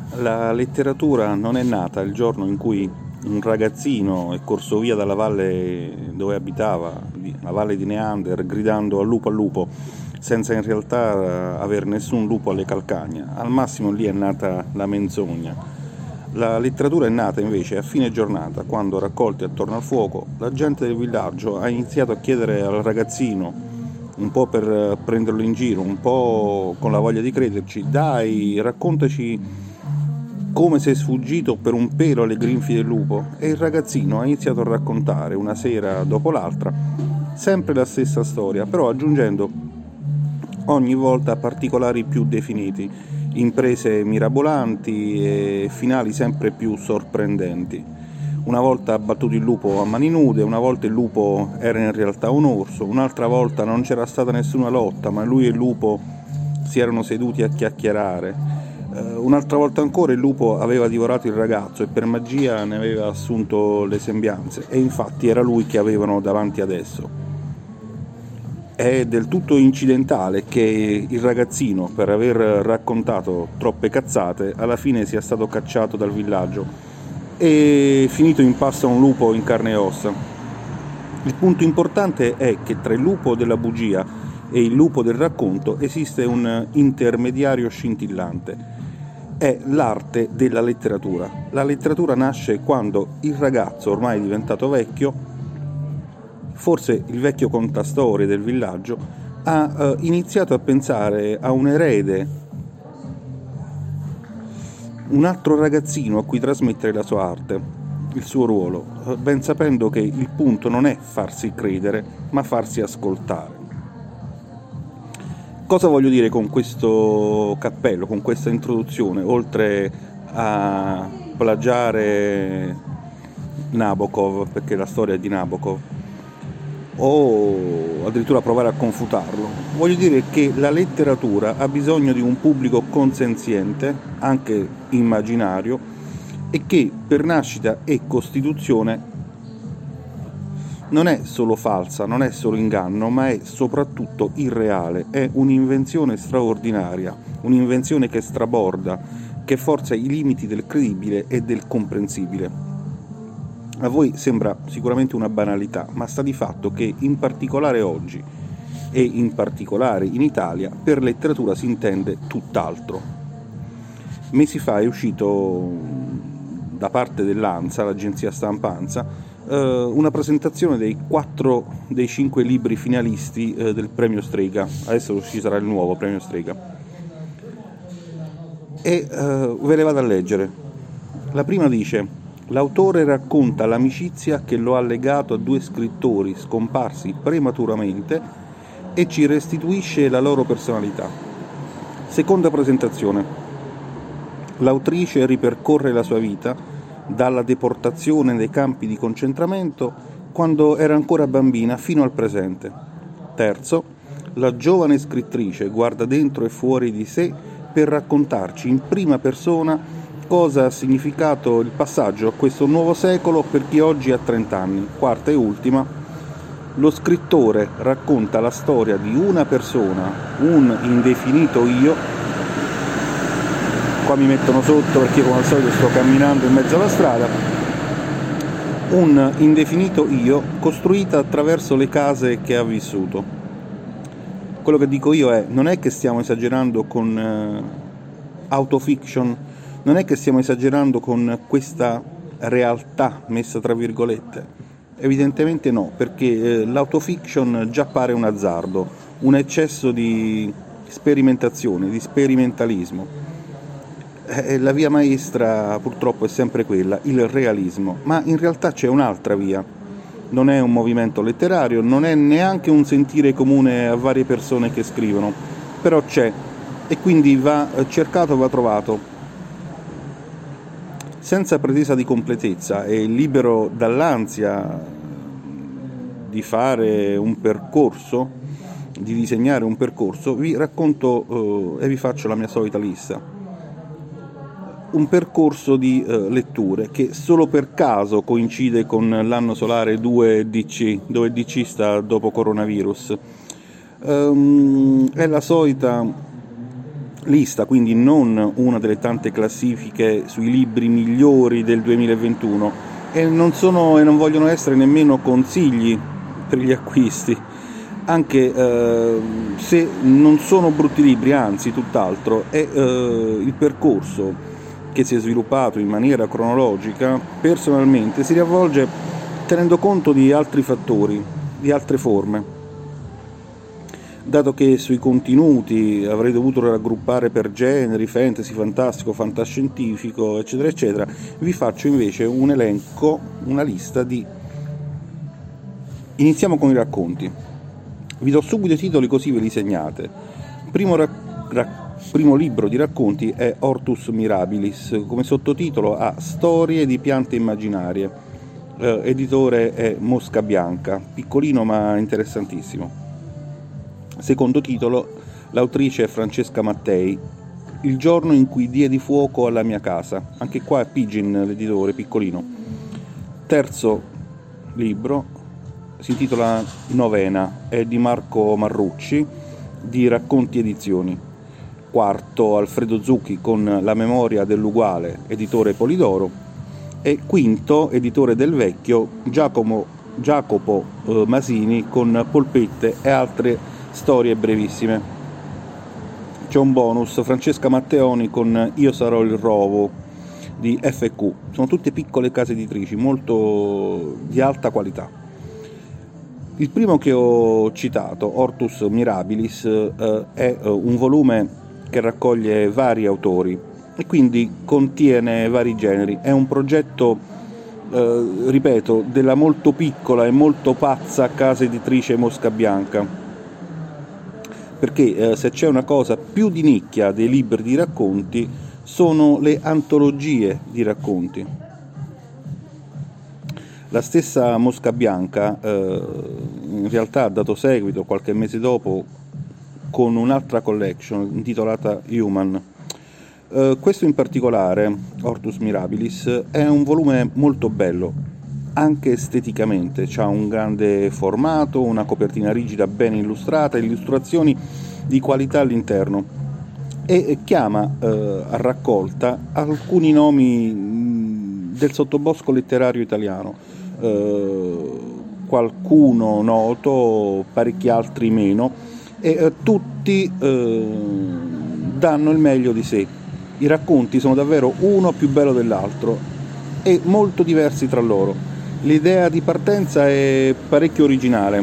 La letteratura non è nata il giorno in cui un ragazzino è corso via dalla valle dove abitava, la valle di Neander, gridando al lupo, senza in realtà aver nessun lupo alle calcagna. Al massimo lì è nata la menzogna. La letteratura è nata invece a fine giornata, quando, raccolti attorno al fuoco, la gente del villaggio ha iniziato a chiedere al ragazzino, un po' per prenderlo in giro, un po' con la voglia di crederci: dai, raccontaci come sei sfuggito per un pelo alle grinfie del lupo. E il ragazzino ha iniziato a raccontare, una sera dopo l'altra, sempre la stessa storia, però aggiungendo ogni volta particolari più definiti, imprese mirabolanti e finali sempre più sorprendenti. Una volta ha battuto il lupo a mani nude, una volta il lupo era in realtà un orso, un'altra volta non c'era stata nessuna lotta, ma lui e il lupo si erano seduti a chiacchierare. Un'altra volta ancora il lupo aveva divorato il ragazzo e per magia ne aveva assunto le sembianze, e infatti era lui che avevano davanti adesso. È del tutto incidentale che il ragazzino, per aver raccontato troppe cazzate, alla fine sia stato cacciato dal villaggio e finito in pasto a un lupo in carne e ossa. Il punto importante è che tra il lupo della bugia e il lupo del racconto esiste un intermediario scintillante. È l'arte della letteratura. La letteratura nasce quando il ragazzo, ormai diventato vecchio, forse il vecchio contastorie del villaggio, ha iniziato a pensare a un erede, un altro ragazzino a cui trasmettere la sua arte, il suo ruolo, ben sapendo che il punto non è farsi credere, ma farsi ascoltare. Cosa voglio dire con questo cappello, con questa introduzione, oltre a plagiare Nabokov, perché la storia è di Nabokov, o addirittura provare a confutarlo? Voglio dire che la letteratura ha bisogno di un pubblico consenziente, anche immaginario, e che per nascita e costituzione non è solo falsa, non è solo inganno, ma è soprattutto irreale, è un'invenzione straordinaria, un'invenzione che straborda, che forza i limiti del credibile e del comprensibile. A voi sembra sicuramente una banalità, ma sta di fatto che in particolare oggi, e in particolare in Italia, per letteratura si intende tutt'altro. Mesi fa è uscito da parte dell'ANSA, l'agenzia stampa ANSA, una presentazione dei 5 libri finalisti del premio Strega. Adesso ci sarà il nuovo premio Strega e ve le vado a leggere. La prima dice: l'autore racconta l'amicizia che lo ha legato a 2 scrittori scomparsi prematuramente e ci restituisce la loro personalità. Seconda presentazione: l'autrice ripercorre la sua vita dalla deportazione nei campi di concentramento quando era ancora bambina fino al presente. Terzo, la giovane scrittrice guarda dentro e fuori di sé per raccontarci in prima persona cosa ha significato il passaggio a questo nuovo secolo per chi oggi ha 30 anni. Quarta e ultima, lo scrittore racconta la storia di una persona, un indefinito io. Qua mi mettono sotto perché come al solito sto camminando in mezzo alla strada. Un indefinito io costruita attraverso le case che ha vissuto. Quello che dico io è: non è che stiamo esagerando con autofiction, non è che stiamo esagerando con questa realtà messa tra virgolette. Evidentemente no, perché l'autofiction già pare un azzardo, un eccesso di sperimentazione, di sperimentalismo. La via maestra purtroppo è sempre quella, il realismo, ma in realtà c'è un'altra via. Non è un movimento letterario, non è neanche un sentire comune a varie persone che scrivono, però c'è e quindi va cercato, va trovato. Senza pretesa di completezza e libero dall'ansia di fare un percorso, di disegnare un percorso, vi racconto e vi faccio la mia solita lista. Un percorso di letture che solo per caso coincide con l'anno solare 2DC, dove DC sta dopo coronavirus. È la solita lista, quindi non una delle tante classifiche sui libri migliori del 2021, e non vogliono essere nemmeno consigli per gli acquisti, anche se non sono brutti libri, anzi tutt'altro. È il percorso che si è sviluppato in maniera cronologica, personalmente si riavvolge tenendo conto di altri fattori, di altre forme. Dato che sui contenuti avrei dovuto raggruppare per generi, fantasy, fantastico, fantascientifico, eccetera, eccetera, vi faccio invece un elenco, una lista di... Iniziamo con i racconti. Vi do subito i titoli così ve li segnate. Primo libro di racconti è Hortus Mirabilis, come sottotitolo ha Storie di piante immaginarie. Editore è Mosca Bianca, piccolino ma interessantissimo. Secondo titolo, l'autrice è Francesca Mattei, Il giorno in cui diedi fuoco alla mia casa. Anche qua è Pigeon l'editore, piccolino. Terzo libro si intitola Novena, è di Marco Marrucci, di Racconti Edizioni. Quarto, Alfredo Zucchi con La memoria dell'uguale, editore Polidoro. E quinto, editore del Vecchio, Jacopo Masini con Polpette e altre storie brevissime. C'è un bonus, Francesca Matteoni con Io sarò il rovo di FQ. Sono tutte piccole case editrici, molto di alta qualità. Il primo che ho citato, Hortus Mirabilis, è un volume che raccoglie vari autori e quindi contiene vari generi. È un progetto, ripeto, della molto piccola e molto pazza casa editrice Mosca Bianca, perché se c'è una cosa più di nicchia dei libri di racconti sono le antologie di racconti. La stessa Mosca Bianca in realtà ha dato seguito qualche mese dopo con un'altra collection intitolata Human. Questo in particolare, Hortus Mirabilis, è un volume molto bello, anche esteticamente, c'ha un grande formato, una copertina rigida ben illustrata, illustrazioni di qualità all'interno, e chiama a raccolta alcuni nomi del sottobosco letterario italiano, qualcuno noto, parecchi altri meno, e tutti danno il meglio di sé. I racconti sono davvero uno più bello dell'altro e molto diversi tra loro. L'idea di partenza è parecchio originale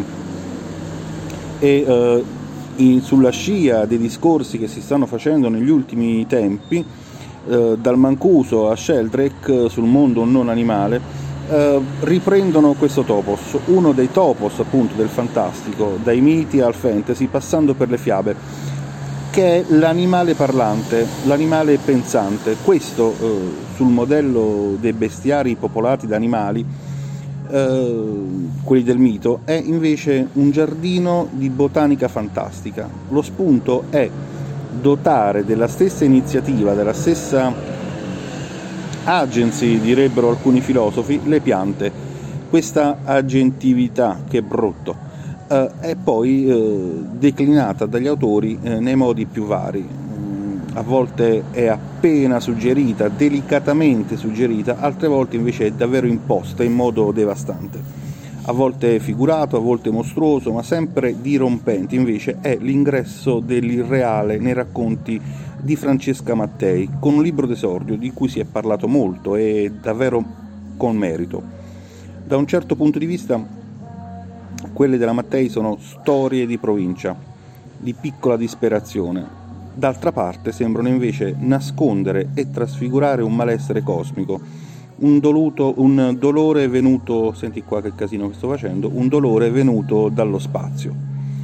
e sulla scia dei discorsi che si stanno facendo negli ultimi tempi, dal Mancuso a Sheldrake sul mondo non animale, riprendono questo topos, uno dei topos appunto del fantastico, dai miti al fantasy passando per le fiabe, che è l'animale parlante, l'animale pensante. Questo sul modello dei bestiari popolati da animali, quelli del mito, è invece un giardino di botanica fantastica. Lo spunto è dotare della stessa iniziativa, della stessa agency, direbbero alcuni filosofi, le piante. Questa agentività, che è brutto, è poi declinata dagli autori nei modi più vari. A volte è appena suggerita, delicatamente suggerita, altre volte invece è davvero imposta in modo devastante. A volte è figurato, a volte mostruoso, ma sempre dirompente invece è l'ingresso dell'irreale nei racconti di Francesca Mattei, con un libro d'esordio di cui si è parlato molto e davvero con merito. Da un certo punto di vista, quelle della Mattei sono storie di provincia, di piccola disperazione. D'altra parte sembrano invece nascondere e trasfigurare un malessere cosmico, un dolore venuto, senti qua che casino che sto facendo, un dolore venuto dallo spazio.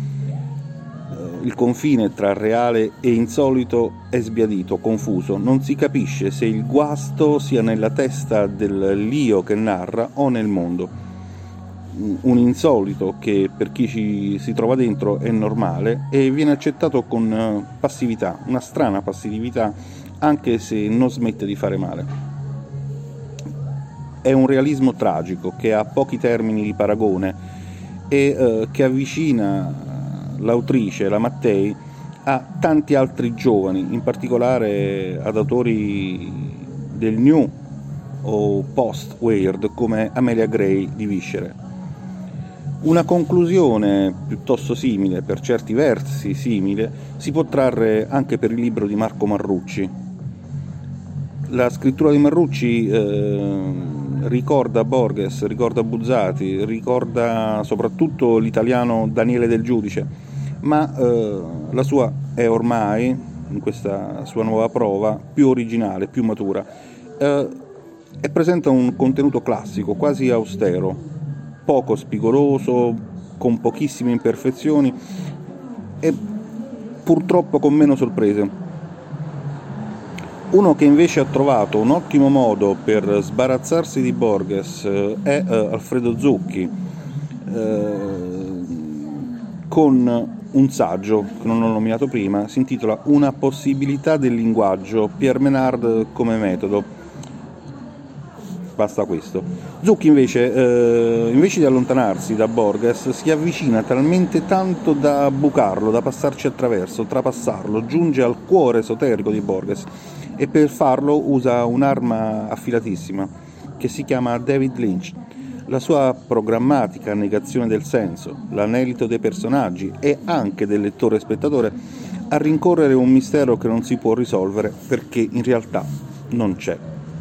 Il confine tra reale e insolito è sbiadito, confuso, non si capisce se il guasto sia nella testa dell'io che narra o nel mondo. Un insolito che per chi ci si trova dentro è normale e viene accettato con passività, una strana passività, anche se non smette di fare male. È un realismo tragico che ha pochi termini di paragone e che avvicina l'autrice, la Mattei, a tanti altri giovani, in particolare ad autori del new o post-weird come Amelia Gray di Viscere. Una conclusione piuttosto simile, per certi versi simile, si può trarre anche per il libro di Marco Marrucci. La scrittura di Marrucci ricorda Borges, ricorda Buzzati, ricorda soprattutto l'italiano Daniele Del Giudice, ma la sua è ormai, in questa sua nuova prova, più originale, più matura, e presenta un contenuto classico, quasi austero, poco spigoloso, con pochissime imperfezioni e purtroppo con meno sorprese. Uno che invece ha trovato un ottimo modo per sbarazzarsi di Borges è Alfredo Zucchi, con un saggio che non ho nominato prima, si intitola Una possibilità del linguaggio, Pierre Menard come metodo. Basta questo. Zucchi invece di allontanarsi da Borges, si avvicina talmente tanto da bucarlo, da passarci attraverso, trapassarlo, giunge al cuore esoterico di Borges, e per farlo usa un'arma affilatissima che si chiama David Lynch. La sua programmatica negazione del senso, l'anelito dei personaggi e anche del lettore spettatore a rincorrere un mistero che non si può risolvere perché in realtà non c'è.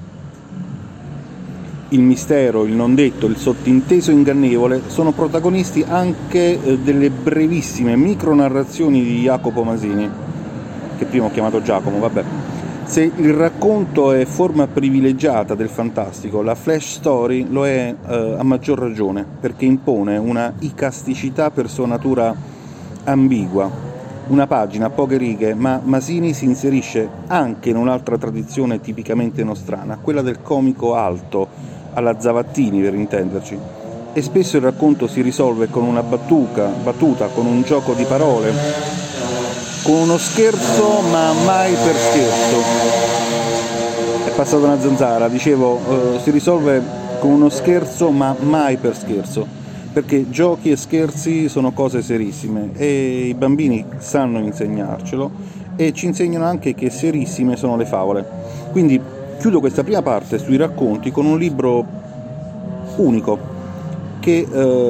Il mistero, il non detto, il sottinteso ingannevole sono protagonisti anche delle brevissime micronarrazioni di Jacopo Masini, che prima ho chiamato Giacomo, vabbè. Se il racconto è forma privilegiata del fantastico, la flash story lo è a maggior ragione, perché impone una icasticità per sua natura ambigua. Una pagina, poche righe, ma Masini si inserisce anche in un'altra tradizione tipicamente nostrana, quella del comico alto, alla Zavattini per intenderci, e spesso il racconto si risolve con una battuta, con un gioco di parole, con uno scherzo ma mai per scherzo. È passata una zanzara, dicevo, si risolve con uno scherzo ma mai per scherzo, perché giochi e scherzi sono cose serissime e i bambini sanno insegnarcelo e ci insegnano anche che serissime sono le favole. Quindi chiudo questa prima parte sui racconti con un libro unico che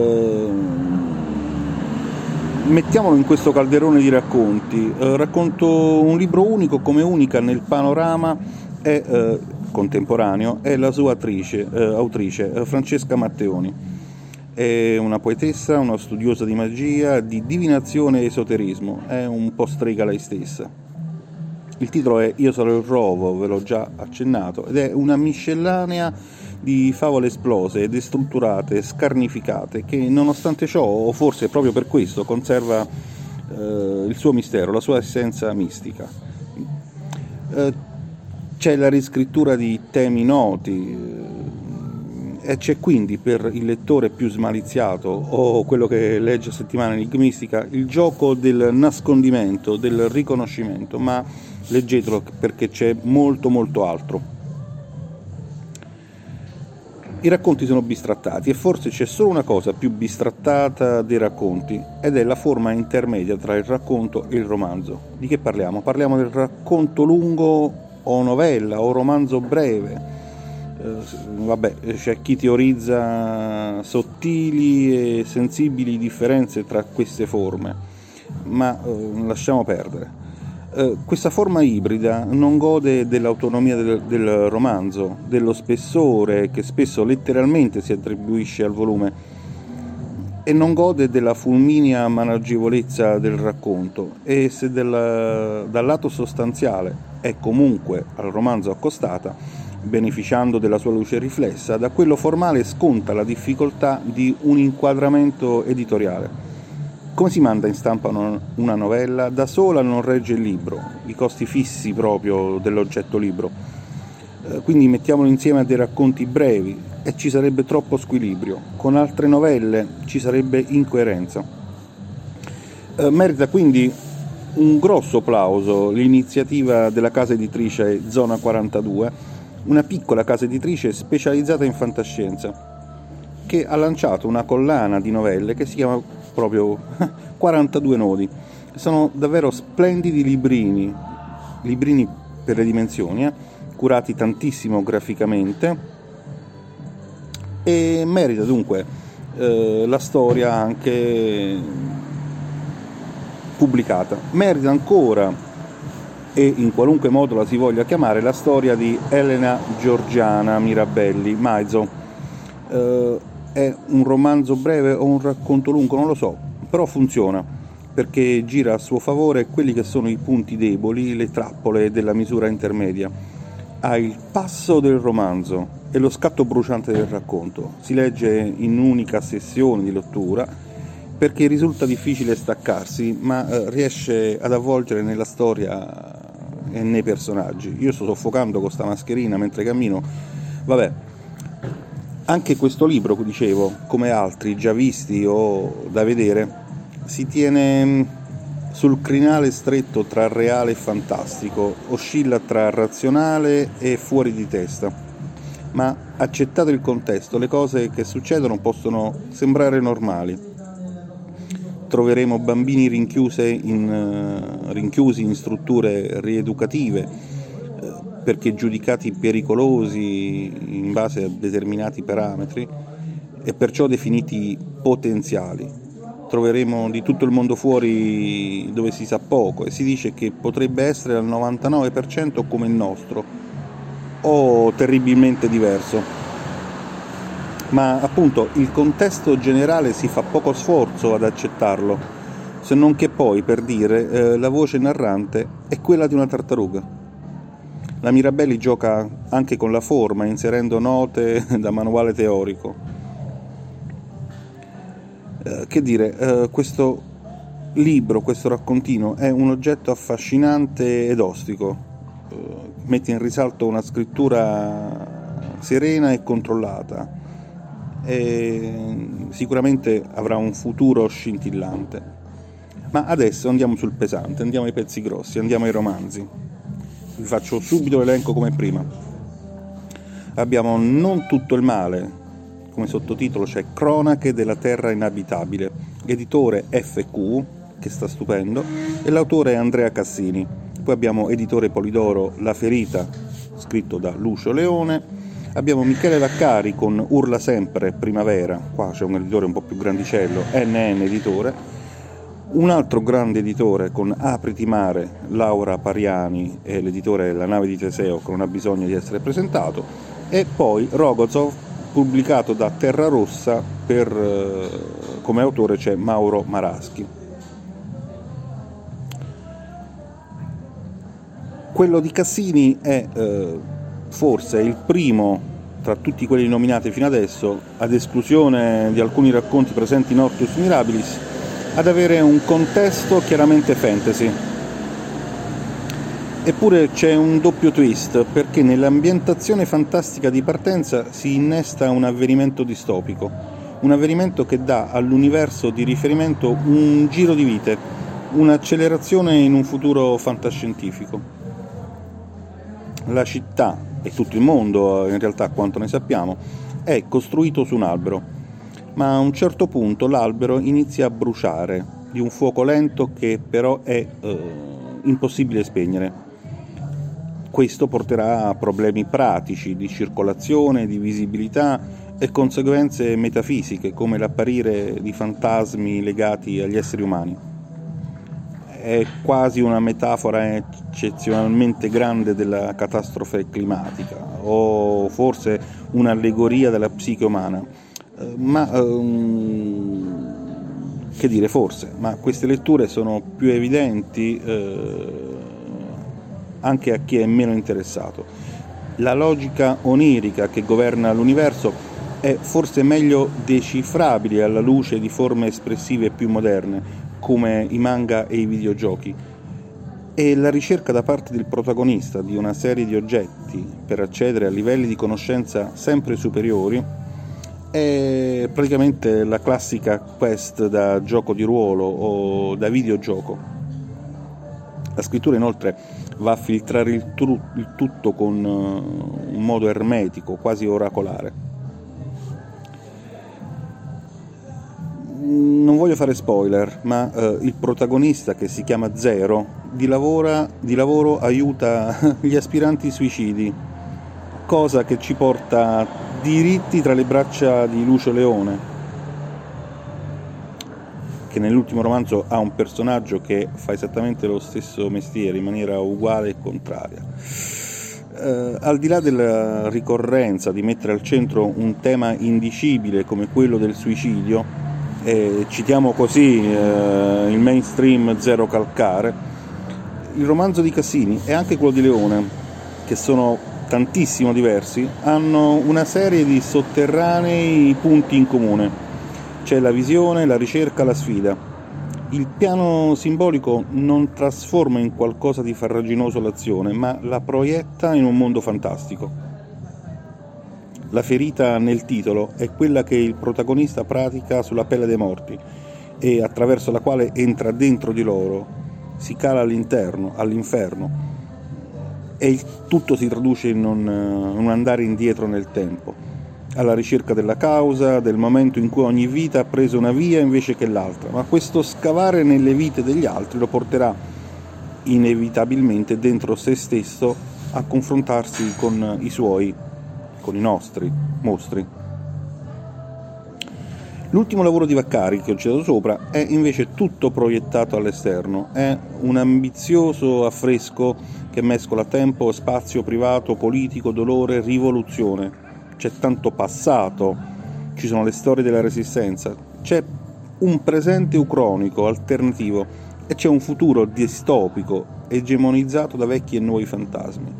mettiamolo in questo calderone di racconti. Racconto un libro unico, come unica nel panorama è contemporaneo è la sua autrice Francesca Matteoni. È una poetessa, una studiosa di magia, di divinazione e esoterismo, è un po' strega lei stessa. Il titolo è Io sarò il rovo, ve l'ho già accennato, ed è una miscellanea di favole esplose, destrutturate, scarnificate, che nonostante ciò, o forse proprio per questo, conserva il suo mistero, la sua essenza mistica. C'è la riscrittura di temi noti, e c'è quindi per il lettore più smaliziato o quello che legge Settimana Enigmistica il gioco del nascondimento, del riconoscimento, ma leggetelo perché c'è molto molto altro. I racconti sono bistrattati e forse c'è solo una cosa più bistrattata dei racconti ed è la forma intermedia tra il racconto e il romanzo. Di che parliamo? Parliamo del racconto lungo o novella o romanzo breve. C'è chi teorizza sottili e sensibili differenze tra queste forme, ma lasciamo perdere. Questa forma ibrida non gode dell'autonomia del romanzo, dello spessore che spesso letteralmente si attribuisce al volume, e non gode della fulminea managgevolezza del racconto, e se dal lato sostanziale è comunque al romanzo accostata, beneficiando della sua luce riflessa, da quello formale sconta la difficoltà di un inquadramento editoriale. Come si manda in stampa una novella? Da sola non regge il libro, i costi fissi proprio dell'oggetto libro. Quindi mettiamolo insieme a dei racconti brevi e ci sarebbe troppo squilibrio. Con altre novelle ci sarebbe incoerenza. Merita quindi un grosso plauso l'iniziativa della casa editrice Zona 42, una piccola casa editrice specializzata in fantascienza, che ha lanciato una collana di novelle che si chiama proprio 42 nodi, Sono davvero splendidi librini per le dimensioni, curati tantissimo graficamente, e merita dunque la storia anche pubblicata. Merita ancora, e in qualunque modo la si voglia chiamare, la storia di Elena Georgiana Mirabelli, Maizo. È un romanzo breve o un racconto lungo, non lo so, però funziona, perché gira a suo favore quelli che sono i punti deboli, le trappole della misura intermedia. Ha il passo del romanzo e lo scatto bruciante del racconto. Si legge in un'unica sessione di lettura perché risulta difficile staccarsi, ma riesce ad avvolgere nella storia e nei personaggi. Io sto soffocando con sta mascherina mentre cammino. Vabbè, anche questo libro, dicevo, come altri già visti o da vedere, si tiene sul crinale stretto tra reale e fantastico, oscilla tra razionale e fuori di testa, ma accettato il contesto, le cose che succedono possono sembrare normali. Troveremo bambini rinchiusi in strutture rieducative, perché giudicati pericolosi in base a determinati parametri e perciò definiti potenziali. Troveremo di tutto il mondo fuori dove si sa poco e si dice che potrebbe essere al 99% come il nostro o terribilmente diverso. Ma appunto il contesto generale si fa poco sforzo ad accettarlo, se non che poi, per dire, la voce narrante è quella di una tartaruga. La Mirabelli gioca anche con la forma, inserendo note da manuale teorico. Che dire, questo libro, questo raccontino è un oggetto affascinante ed ostico, mette in risalto una scrittura serena e controllata e sicuramente avrà un futuro scintillante. Ma adesso andiamo sul pesante, andiamo ai pezzi grossi, andiamo ai romanzi. Vi faccio subito l'elenco come prima. Abbiamo Non tutto il male. Come sottotitolo c'è Cronache della terra inabitabile, editore FQ, che sta stupendo, e l'autore è Andrea Cassini. Poi abbiamo editore Polidoro La Ferita, scritto da Lucio Leone. Abbiamo Michele Vaccari con Urla sempre, Primavera, qua c'è un editore un po' più grandicello, NN editore. Un altro grande editore con Apriti Mare, Laura Pariani, e l'editore La Nave di Teseo, che non ha bisogno di essere presentato. E poi Rogozov, pubblicato da Terra Rossa, come autore c'è Mauro Maraschi. Quello di Cassini è forse il primo tra tutti quelli nominati fino adesso, ad esclusione di alcuni racconti presenti in Hortus Mirabilis, ad avere un contesto chiaramente fantasy. Eppure c'è un doppio twist, perché nell'ambientazione fantastica di partenza si innesta un avvenimento distopico, un avvenimento che dà all'universo di riferimento un giro di vite, un'accelerazione in un futuro fantascientifico. La città, e tutto il mondo in realtà quanto ne sappiamo, è costruito su un albero, ma a un certo punto l'albero inizia a bruciare di un fuoco lento che però è impossibile spegnere. Questo porterà a problemi pratici di circolazione, di visibilità e conseguenze metafisiche come l'apparire di fantasmi legati agli esseri umani. È quasi una metafora eccezionalmente grande della catastrofe climatica, o forse un'allegoria della psiche umana, che dire, forse, ma queste letture sono più evidenti anche a chi è meno interessato. La logica onirica che governa l'universo è forse meglio decifrabile alla luce di forme espressive più moderne, come i manga e i videogiochi, e la ricerca da parte del protagonista di una serie di oggetti per accedere a livelli di conoscenza sempre superiori è praticamente la classica quest da gioco di ruolo o da videogioco. La scrittura inoltre va a filtrare il tutto con un modo ermetico, quasi oracolare. Non voglio fare spoiler, ma il protagonista, che si chiama Zero, di lavoro aiuta gli aspiranti suicidi, cosa che ci porta diritti tra le braccia di Lucio Leone, che nell'ultimo romanzo ha un personaggio che fa esattamente lo stesso mestiere in maniera uguale e contraria. Al di là della ricorrenza di mettere al centro un tema indicibile come quello del suicidio, citiamo così il mainstream Zero Calcare, il romanzo di Cassini e anche quello di Leone, che sono tantissimo diversi, hanno una serie di sotterranei punti in comune. C'è la visione, la ricerca, la sfida. Il piano simbolico non trasforma in qualcosa di farraginoso l'azione, ma la proietta in un mondo fantastico. La ferita nel titolo è quella che il protagonista pratica sulla pelle dei morti e attraverso la quale entra dentro di loro, si cala all'interno, all'inferno, e il tutto si traduce in un andare indietro nel tempo, alla ricerca della causa, del momento in cui ogni vita ha preso una via invece che l'altra, ma questo scavare nelle vite degli altri lo porterà inevitabilmente dentro se stesso a confrontarsi con i nostri mostri. L'ultimo lavoro di Vaccari che ho citato sopra è invece tutto proiettato all'esterno, è un ambizioso affresco che mescola tempo, spazio privato, politico, dolore, rivoluzione. C'è tanto passato, ci sono le storie della resistenza, c'è un presente ucronico, alternativo, e c'è un futuro distopico, egemonizzato da vecchi e nuovi fantasmi.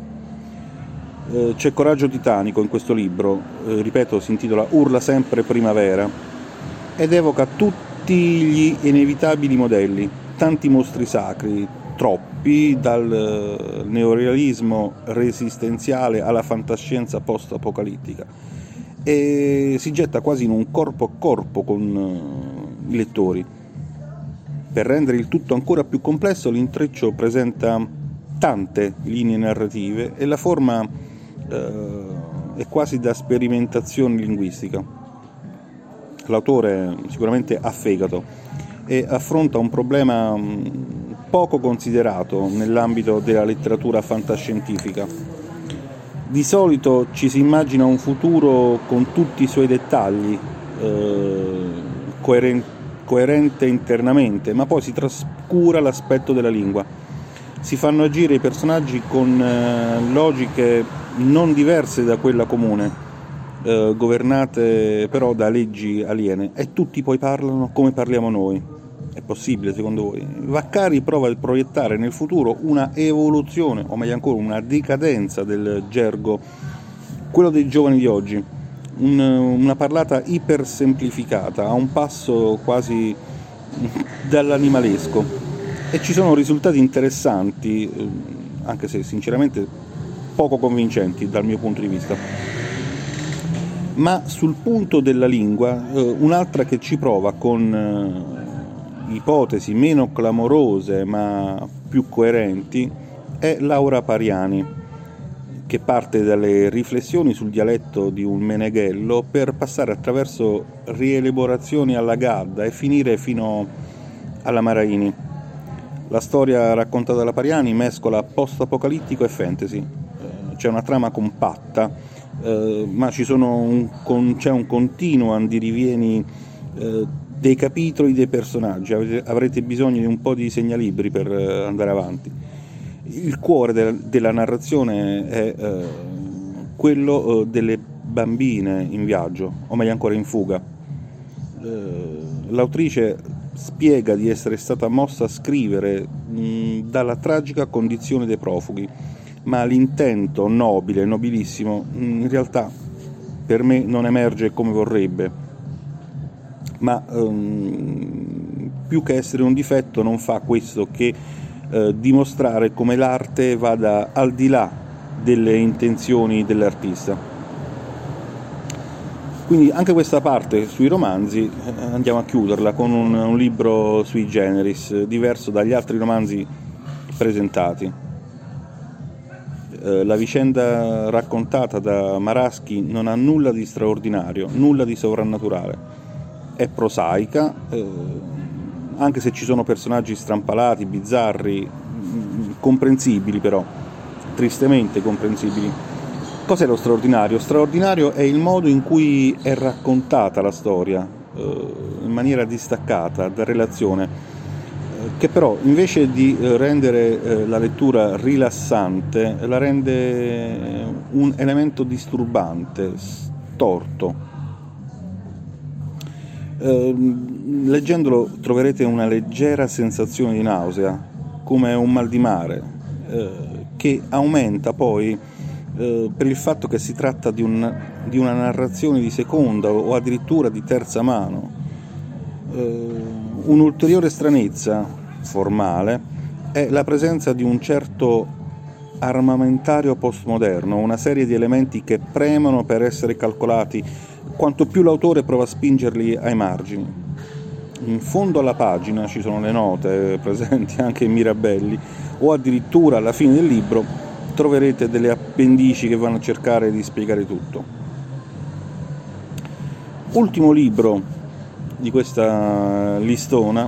C'è coraggio titanico in questo libro, ripeto, si intitola Urla sempre primavera, ed evoca tutti gli inevitabili modelli, tanti mostri sacri, troppi, dal neorealismo resistenziale alla fantascienza post-apocalittica, e si getta quasi in un corpo a corpo con i lettori. Per rendere il tutto ancora più complesso, l'intreccio presenta tante linee narrative e la forma è quasi da sperimentazione linguistica. L'autore sicuramente ha fegato e affronta un problema poco considerato nell'ambito della letteratura fantascientifica. Di solito ci si immagina un futuro con tutti i suoi dettagli, coerente internamente, ma poi si trascura l'aspetto della lingua. Si fanno agire i personaggi con logiche non diverse da quella comune, governate però da leggi aliene, e tutti poi parlano come parliamo noi. È possibile secondo voi? Vaccari prova a proiettare nel futuro una evoluzione, o meglio ancora una decadenza del gergo, quello dei giovani di oggi, una parlata ipersemplificata, a un passo quasi dall'animalesco, e ci sono risultati interessanti, anche se sinceramente poco convincenti dal mio punto di vista. Ma sul punto della lingua, un'altra che ci prova con ipotesi meno clamorose ma più coerenti è Laura Pariani, che parte dalle riflessioni sul dialetto di un meneghello per passare attraverso rielaborazioni alla Gadda e finire fino alla Maraini. La storia raccontata dalla Pariani mescola post-apocalittico e fantasy. C'è una trama compatta, ma c'è un continuo andirivieni dei capitoli, dei personaggi. Avrete bisogno di un po' di segnalibri per andare avanti. Il cuore della narrazione è quello delle bambine in viaggio, o meglio ancora in fuga. L'autrice spiega di essere stata mossa a scrivere dalla tragica condizione dei profughi, ma l'intento nobile, nobilissimo, in realtà per me non emerge come vorrebbe, ma più che essere un difetto non fa questo che dimostrare come l'arte vada al di là delle intenzioni dell'artista. Quindi anche questa parte sui romanzi andiamo a chiuderla con un libro sui generis, diverso dagli altri romanzi presentati. La vicenda raccontata da Maraschi non ha nulla di straordinario, nulla di sovrannaturale. è prosaica, anche se ci sono personaggi strampalati, bizzarri, comprensibili però, tristemente comprensibili. Cos'è lo straordinario? Straordinario è il modo in cui è raccontata la storia, in maniera distaccata, da relazione, che però invece di rendere la lettura rilassante, la rende un elemento disturbante, storto. Leggendolo troverete una leggera sensazione di nausea, come un mal di mare, che aumenta poi per il fatto che si tratta di una narrazione di seconda o addirittura di terza mano. Un'ulteriore stranezza formale è la presenza di un certo armamentario postmoderno, una serie di elementi che premono per essere calcolati, quanto più l'autore prova a spingerli ai margini. In fondo alla pagina ci sono le note presenti anche in Mirabelli, o addirittura alla fine del libro troverete delle appendici che vanno a cercare di spiegare tutto. Ultimo libro di questa listona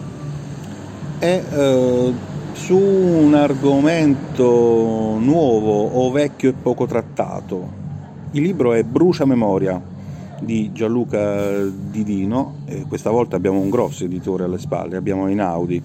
è su un argomento nuovo o vecchio e poco trattato. Il libro è Brucia Memoria di Gianluca Didino, e questa volta abbiamo un grosso editore alle spalle, abbiamo Einaudi.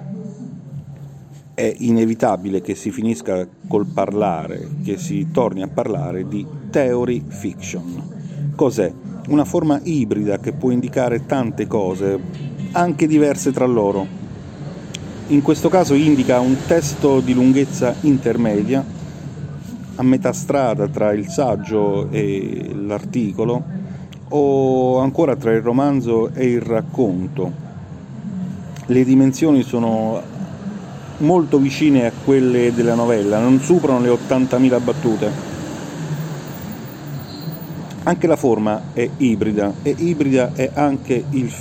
È inevitabile che si finisca col parlare, che si torni a parlare di theory fiction. Cos'è? Una forma ibrida che può indicare tante cose, anche diverse tra loro. In questo caso indica un testo di lunghezza intermedia, a metà strada tra il saggio e l'articolo, o ancora tra il romanzo e il racconto. Le dimensioni sono molto vicine a quelle della novella, non superano le 80.000 battute. Anche la forma è ibrida, e ibrido è anche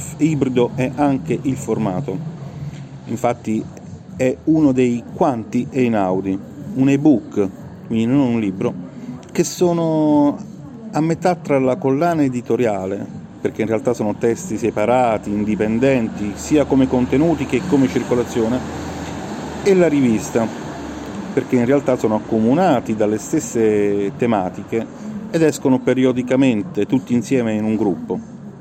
il formato. Infatti è uno dei quanti Einaudi, un ebook, quindi non un libro, che sono a metà tra la collana editoriale, perché in realtà sono testi separati, indipendenti, sia come contenuti che come circolazione, e la rivista, perché in realtà sono accomunati dalle stesse tematiche ed escono periodicamente tutti insieme in un gruppo.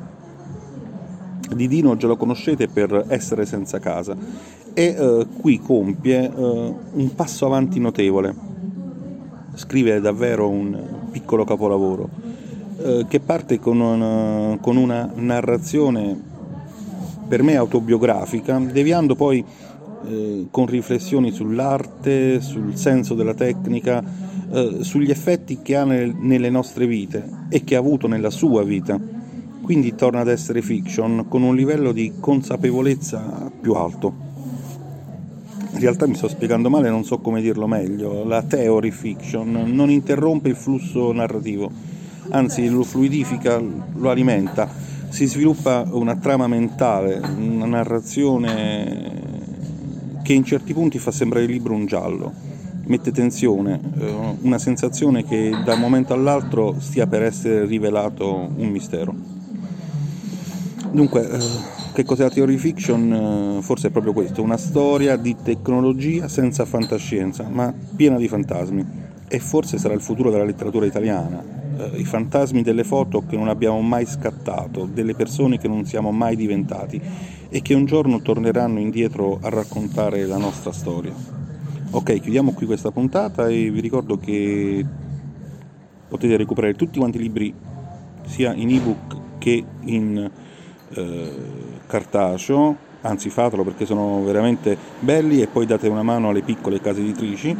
Didino già lo conoscete per Essere senza casa, e qui compie un passo avanti notevole. Scrive davvero un piccolo capolavoro che parte con una narrazione per me autobiografica, deviando poi con riflessioni sull'arte, sul senso della tecnica, sugli effetti che ha nelle nostre vite e che ha avuto nella sua vita. Quindi torna ad essere fiction con un livello di consapevolezza più alto. In realtà mi sto spiegando male, non so come dirlo meglio. La theory fiction non interrompe il flusso narrativo, anzi lo fluidifica, lo alimenta. Si sviluppa una trama mentale, una narrazione che in certi punti fa sembrare il libro un giallo, mette tensione, una sensazione che da un momento all'altro stia per essere rivelato un mistero. Dunque, che cos'è la theory fiction? Forse è proprio questo, una storia di tecnologia senza fantascienza, ma piena di fantasmi. E forse sarà il futuro della letteratura italiana, i fantasmi delle foto che non abbiamo mai scattato, delle persone che non siamo mai diventati e che un giorno torneranno indietro a raccontare la nostra storia. Ok, chiudiamo qui questa puntata e vi ricordo che potete recuperare tutti quanti i libri sia in ebook che in cartaceo, anzi fatelo perché sono veramente belli, e poi date una mano alle piccole case editrici.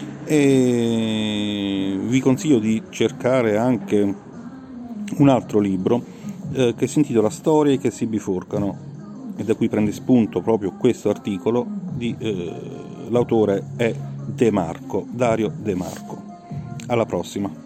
E vi consiglio di cercare anche un altro libro che si intitola Storie che si bifurcano, e da cui prende spunto proprio questo articolo l'autore è Dario De Marco. Alla prossima.